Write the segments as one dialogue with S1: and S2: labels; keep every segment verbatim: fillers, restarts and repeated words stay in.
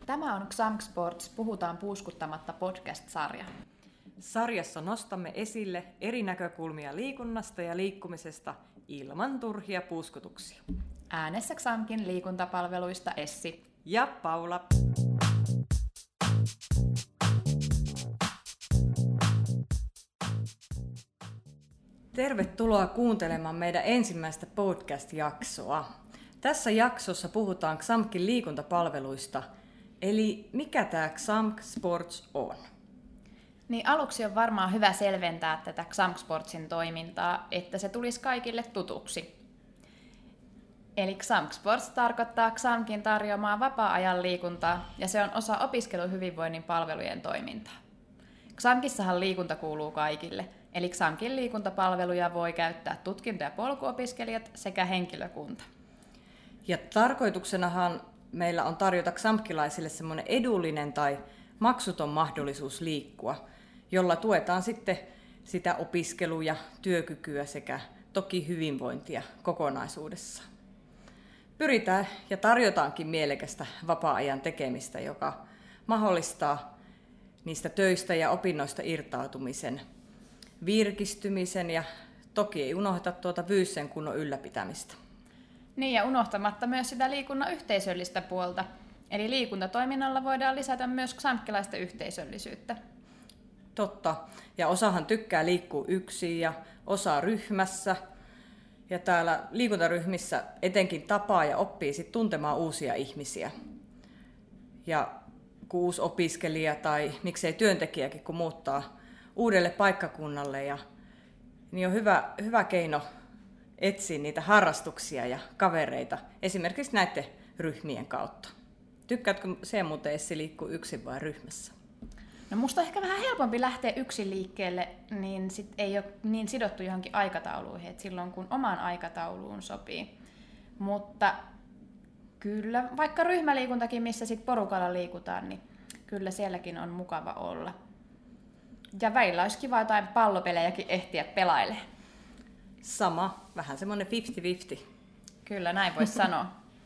S1: Tämä on X A M K Sports Puhutaan puuskuttamatta podcast-sarja.
S2: Sarjassa nostamme esille eri näkökulmia liikunnasta ja liikkumisesta ilman turhia puuskutuksia.
S1: Äänessä X A M Kin liikuntapalveluista Essi
S2: ja Paula. Tervetuloa kuuntelemaan meidän ensimmäistä podcast-jaksoa. Tässä jaksossa puhutaan X A M Kin liikuntapalveluista, eli mikä tämä X A M K Sports on?
S1: Niin aluksi on varmaan hyvä selventää tätä X A M K Sportsin toimintaa, että se tulisi kaikille tutuksi. Eli X A M K Sports tarkoittaa X A M Kin tarjoamaa vapaa-ajan liikuntaa, ja se on osa opiskeluhyvinvoinnin palvelujen toimintaa. X A M Kissahan liikunta kuuluu kaikille, eli X A M Kin liikuntapalveluja voi käyttää tutkinto- ja polkuopiskelijat sekä henkilökunta.
S2: Ja tarkoituksenahan meillä on tarjota X A M Kilaisille semmoinen edullinen tai maksuton mahdollisuus liikkua, jolla tuetaan sitten sitä opiskelua ja työkykyä sekä toki hyvinvointia kokonaisuudessa. Pyritään ja tarjotaankin mielekästä vapaa-ajan tekemistä, joka mahdollistaa niistä töistä ja opinnoista irtautumisen, virkistymisen ja toki ei unohda tuota fyysisen kunnon ylläpitämistä.
S1: Niin ja unohtamatta myös sitä liikunnan yhteisöllistä puolta. Eli liikuntatoiminnalla voidaan lisätä myös X A M Kilaista yhteisöllisyyttä.
S2: Totta. Ja osahan tykkää liikkua yksin ja osa ryhmässä. Ja täällä liikuntaryhmissä etenkin tapaa ja oppii sit tuntemaan uusia ihmisiä. Ja kun uusi opiskelija tai miksei työntekijäkin, kun muuttaa uudelle paikkakunnalle, ja, niin on hyvä, hyvä keino etsiä niitä harrastuksia ja kavereita esimerkiksi näiden ryhmien kautta. Tykkäätkö se muuten, Essi, liikkuu yksin vai ryhmässä?
S1: No musta on ehkä vähän helpompi lähteä yksin liikkeelle, niin sit ei ole niin sidottu johonkin aikatauluihin, että silloin kun omaan aikatauluun sopii. Mutta kyllä, vaikka ryhmäliikuntakin, missä sit porukalla liikutaan, niin kyllä sielläkin on mukava olla. Ja välillä olisi kiva jotain pallopelejäkin ehtiä pelailemaan.
S2: Sama, vähän semmoinen viisikymmentä viisikymmentä.
S1: Kyllä, näin voisi sanoa.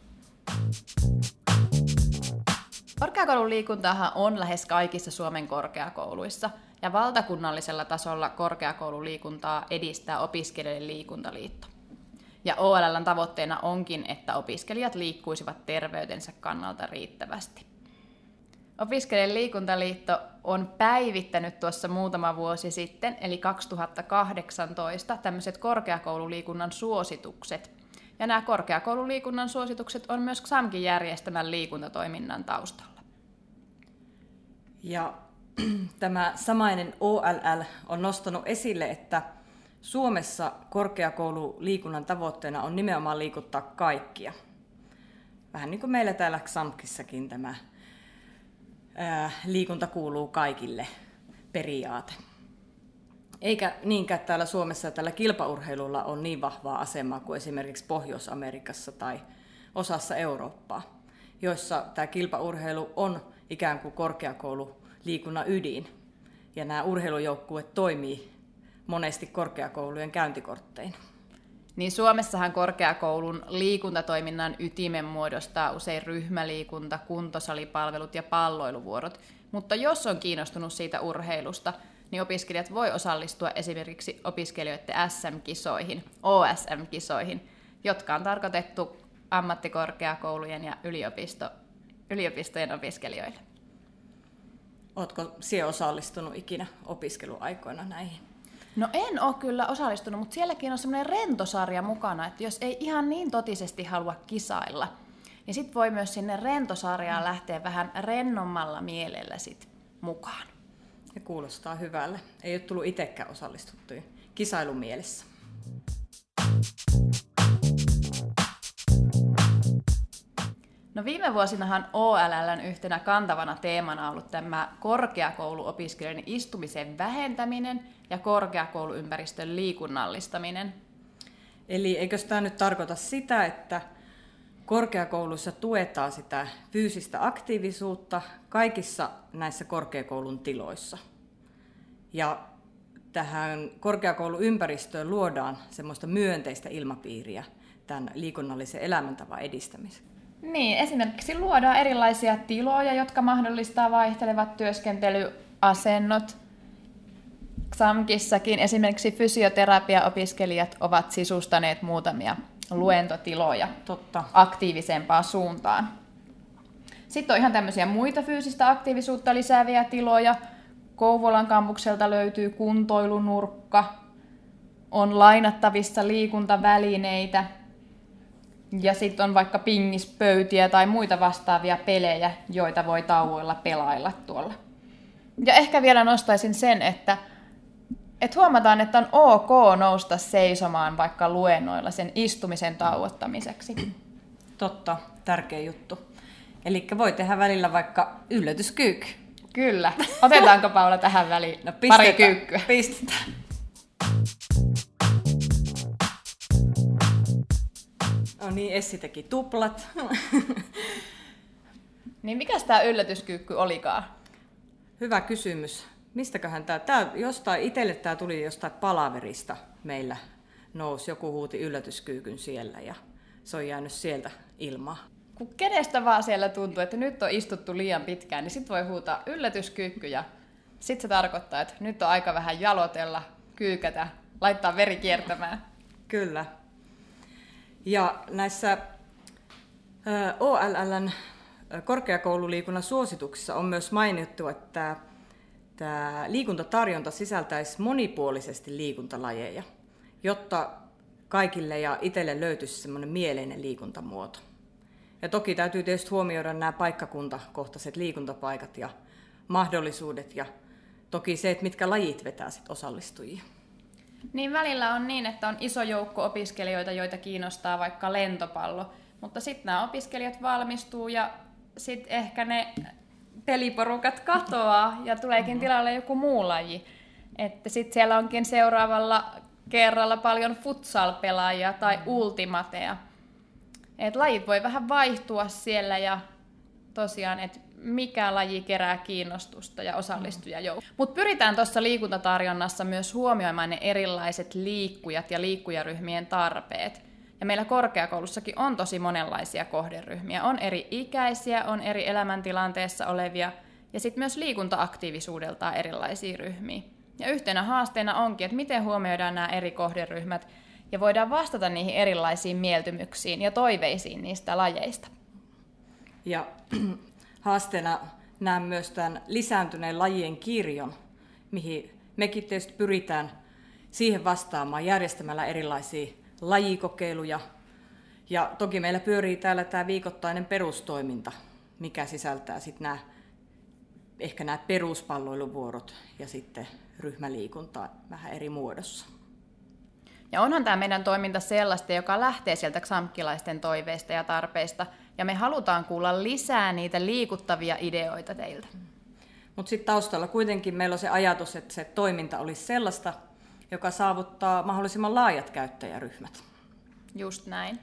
S1: Korkeakoululiikuntaahan on lähes kaikissa Suomen korkeakouluissa, ja valtakunnallisella tasolla korkeakoululiikuntaa edistää Opiskelijoiden liikuntaliitto. Ja O L L:n tavoitteena onkin, että opiskelijat liikkuisivat terveytensä kannalta riittävästi. Opiskelijoiden liikuntaliitto on päivittänyt tuossa muutama vuosi sitten, eli kaksituhattakahdeksantoista, tämmöiset korkeakoululiikunnan suositukset. Ja nämä korkeakoululiikunnan suositukset on myös X A M Kin järjestämän liikuntatoiminnan taustalla.
S2: Ja tämä samainen O L L on nostanut esille, että Suomessa korkeakoululiikunnan tavoitteena on nimenomaan liikuttaa kaikkia. Vähän niin kuin meillä täällä X A M Kissakin tämä ää, liikunta kuuluu kaikille periaate. Eikä niinkään täällä Suomessa tällä kilpaurheilulla on niin vahvaa asemaa kuin esimerkiksi Pohjois-Amerikassa tai osassa Eurooppaa, joissa tämä kilpaurheilu on ikään kuin korkeakoululiikunnan ydin. Ja nämä urheilujoukkueet toimii monesti korkeakoulujen käyntikortteina.
S1: Niin Suomessahan korkeakoulun liikuntatoiminnan ytimen muodostaa usein ryhmäliikunta, kuntosalipalvelut ja palloiluvuorot. Mutta jos on kiinnostunut siitä urheilusta, niin opiskelijat voi osallistua esimerkiksi opiskelijoiden S M-kisoihin, O S M-kisoihin, jotka on tarkoitettu ammattikorkeakoulujen ja yliopisto, yliopistojen opiskelijoille.
S2: Oletko sinä osallistunut ikinä opiskeluaikoina näihin?
S1: No en ole kyllä osallistunut, mutta sielläkin on semmoinen rentosarja mukana, että jos ei ihan niin totisesti halua kisailla, niin sitten voi myös sinne rentosarjaan lähteä vähän rennommalla mielellä sit mukaan.
S2: Ja kuulostaa hyvälle. Ei ole tullut itsekään osallistuttua kisailun mielessä.
S1: No viime vuosinahan O L L:n yhtenä kantavana teemana on ollut tämä korkeakouluopiskelijoiden istumisen vähentäminen ja korkeakouluympäristön liikunnallistaminen.
S2: Eli eikö tämä nyt tarkoita sitä, että korkeakouluissa tuetaan sitä fyysistä aktiivisuutta kaikissa näissä korkeakoulun tiloissa. Ja tähän korkeakouluympäristöön luodaan semmoista myönteistä ilmapiiriä tämän liikunnallisen elämäntavan edistämiseen.
S1: Niin, esimerkiksi luodaan erilaisia tiloja, jotka mahdollistaa vaihtelevat työskentelyasennot. XAMKissakin esimerkiksi fysioterapiaopiskelijat ovat sisustaneet muutamia luentotiloja
S2: Totta.
S1: aktiivisempaan suuntaan. Sitten on ihan tämmöisiä muita fyysistä aktiivisuutta lisääviä tiloja. Kouvolan kampukselta löytyy kuntoilunurkka, on lainattavissa liikuntavälineitä ja sitten on vaikka pingispöytiä tai muita vastaavia pelejä, joita voi tauoilla pelailla tuolla. Ja ehkä vielä nostaisin sen, että, että huomataan, että on ok nousta seisomaan vaikka luennoilla sen istumisen tauottamiseksi.
S2: Totta, tärkeä juttu. Eli voi tehdä välillä vaikka yllätyskyykky.
S1: Kyllä. Otetaanko Paula tähän väliin
S2: No,
S1: pari kyykkyä?
S2: Pistetään. No niin, Essi teki tuplat.
S1: Niin mikäs tää yllätyskyykky olikaan?
S2: Hyvä kysymys. Mistäköhän tää, tää jostain, itselle tää tuli jostain palaverista meillä nousi. Joku huuti yllätyskyykyn siellä ja se on jäänyt sieltä ilmaan.
S1: Kun kenestä vaan siellä tuntuu, että nyt on istuttu liian pitkään, niin sit voi huutaa yllätyskyykky ja sit se tarkoittaa, että nyt on aika vähän jalotella, kyykätä, laittaa veri kiertämään.
S2: Kyllä. Ja näissä O L L:n korkeakoululiikunnan suosituksissa on myös mainittu, että tämä liikuntatarjonta sisältäisi monipuolisesti liikuntalajeja, jotta kaikille ja itselle löytyisi semmoinen mieleinen liikuntamuoto. Ja toki täytyy tietysti huomioida nämä paikkakuntakohtaiset liikuntapaikat ja mahdollisuudet ja toki se, että mitkä lajit vetää sit osallistujia.
S1: Niin välillä on niin, että on iso joukko opiskelijoita, joita kiinnostaa vaikka lentopallo, mutta sitten nämä opiskelijat valmistuu ja sitten ehkä ne peliporukat katoaa ja tuleekin tilalle joku muu laji. Että sitten siellä onkin seuraavalla kerralla paljon futsal-pelaajia tai ultimateja. Et lajit voi vähän vaihtua siellä ja tosiaan, että mikä laji kerää kiinnostusta ja osallistujajoukkoa. Mutta pyritään tuossa liikuntatarjonnassa myös huomioimaan ne erilaiset liikkujat ja liikkujaryhmien tarpeet. Ja meillä korkeakoulussakin on tosi monenlaisia kohderyhmiä. On eri ikäisiä, on eri elämäntilanteessa olevia ja sitten myös liikunta-aktiivisuudeltaan erilaisia ryhmiä. Ja yhtenä haasteena onkin, että miten huomioidaan nämä eri kohderyhmät ja voidaan vastata niihin erilaisiin mieltymyksiin ja toiveisiin niistä lajeista.
S2: Ja haasteena näen myös tämän lisääntyneen lajien kirjon, mihin mekin tietysti pyritään siihen vastaamaan järjestämällä erilaisia lajikokeiluja. Ja toki meillä pyörii täällä tämä viikoittainen perustoiminta, mikä sisältää sitten nämä, ehkä nämä peruspalloiluvuorot ja sitten ryhmäliikuntaa vähän eri muodossa.
S1: Ja onhan tämä meidän toiminta sellaista, joka lähtee sieltä xamkilaisten toiveista ja tarpeista, ja me halutaan kuulla lisää niitä liikuttavia ideoita teiltä.
S2: Mutta sitten taustalla kuitenkin meillä on se ajatus, että se toiminta olisi sellaista, joka saavuttaa mahdollisimman laajat käyttäjäryhmät.
S1: Just näin.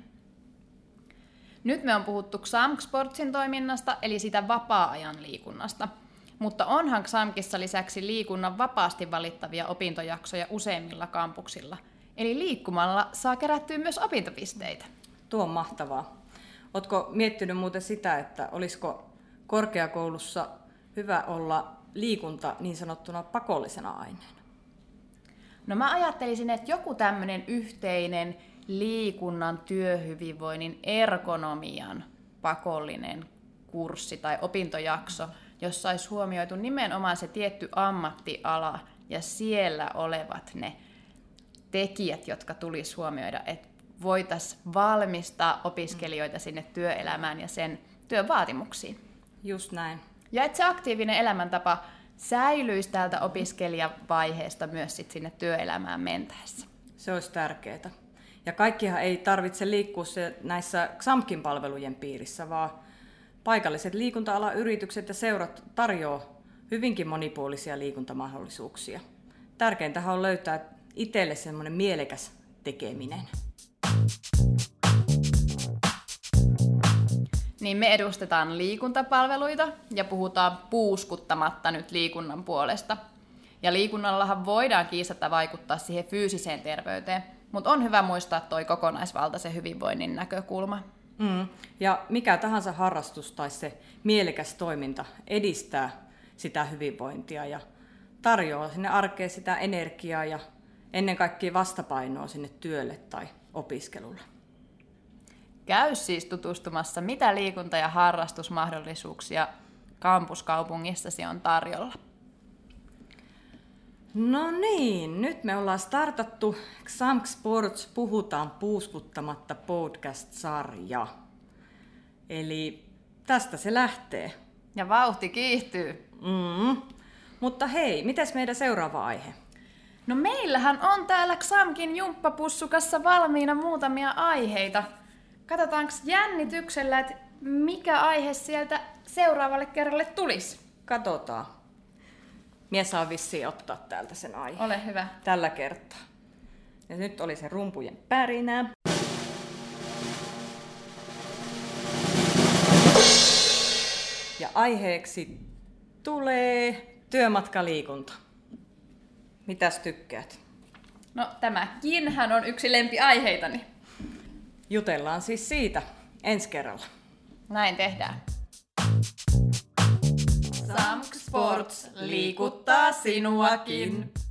S1: Nyt me on puhuttu XAMK Sportsin toiminnasta, eli sitä vapaa-ajan liikunnasta. Mutta onhan XAMKissa lisäksi liikunnan vapaasti valittavia opintojaksoja useimmilla kampuksilla. Eli liikkumalla saa kerättyä myös opintopisteitä.
S2: Tuo on mahtavaa. Oletko miettinyt muuten sitä, että olisiko korkeakoulussa hyvä olla liikunta niin sanottuna pakollisena aineena?
S1: No mä ajattelisin, että joku tämmöinen yhteinen liikunnan, työhyvinvoinnin, ergonomian pakollinen kurssi tai opintojakso, jossa olisi huomioitu nimenomaan se tietty ammattiala ja siellä olevat ne tekijät, jotka tulisi huomioida, että voitaisiin valmistaa opiskelijoita sinne työelämään ja sen työn vaatimuksiin.
S2: Just näin.
S1: Ja että se aktiivinen elämäntapa säilyisi täältä opiskelijavaiheesta myös sit sinne työelämään mentäessä.
S2: Se olisi tärkeää. Ja kaikkihan ei tarvitse liikkua se näissä XAMKin palvelujen piirissä, vaan paikalliset liikunta-alan yritykset ja seurat tarjoavat hyvinkin monipuolisia liikuntamahdollisuuksia. Tärkeintähän on löytää itselle semmoinen mielekäs tekeminen.
S1: Niin me edustetaan liikuntapalveluita ja puhutaan puuskuttamatta nyt liikunnan puolesta. Ja liikunnallahan voidaan kiistatta vaikuttaa siihen fyysiseen terveyteen, mutta on hyvä muistaa toi kokonaisvaltaisen hyvinvoinnin näkökulma.
S2: Mm. Ja mikä tahansa harrastus tai se mielekäs toiminta edistää sitä hyvinvointia ja tarjoaa sinne arkeen sitä energiaa ja ennen kaikkea vastapainoa sinne työlle tai opiskelulle.
S1: Käy siis tutustumassa, mitä liikunta- ja harrastusmahdollisuuksia kampuskaupungissasi on tarjolla.
S2: No niin, nyt me ollaan startattu X A M K Sports Puhutaan puuskuttamatta podcast-sarja. Eli tästä se lähtee.
S1: Ja vauhti kiihtyy.
S2: Mm. Mutta hei, mitäs meidän seuraava aihe?
S1: No meillähän on täällä X A M Kin jumppapussukassa valmiina muutamia aiheita. Katsotaanko jännityksellä, että mikä aihe sieltä seuraavalle kerralle tulisi?
S2: Katsotaan. Mie saa vissiin ottaa täältä sen aiheen.
S1: Ole hyvä.
S2: Tällä kertaa. Ja nyt oli se rumpujen pärinä. Ja aiheeksi tulee työmatkaliikunta. Mitäs tykkäät?
S1: No tämäkinhän on yksi lempiaiheitani.
S2: Jutellaan siis siitä ensi kerralla.
S1: Näin tehdään. X A M K Sports liikuttaa sinuakin.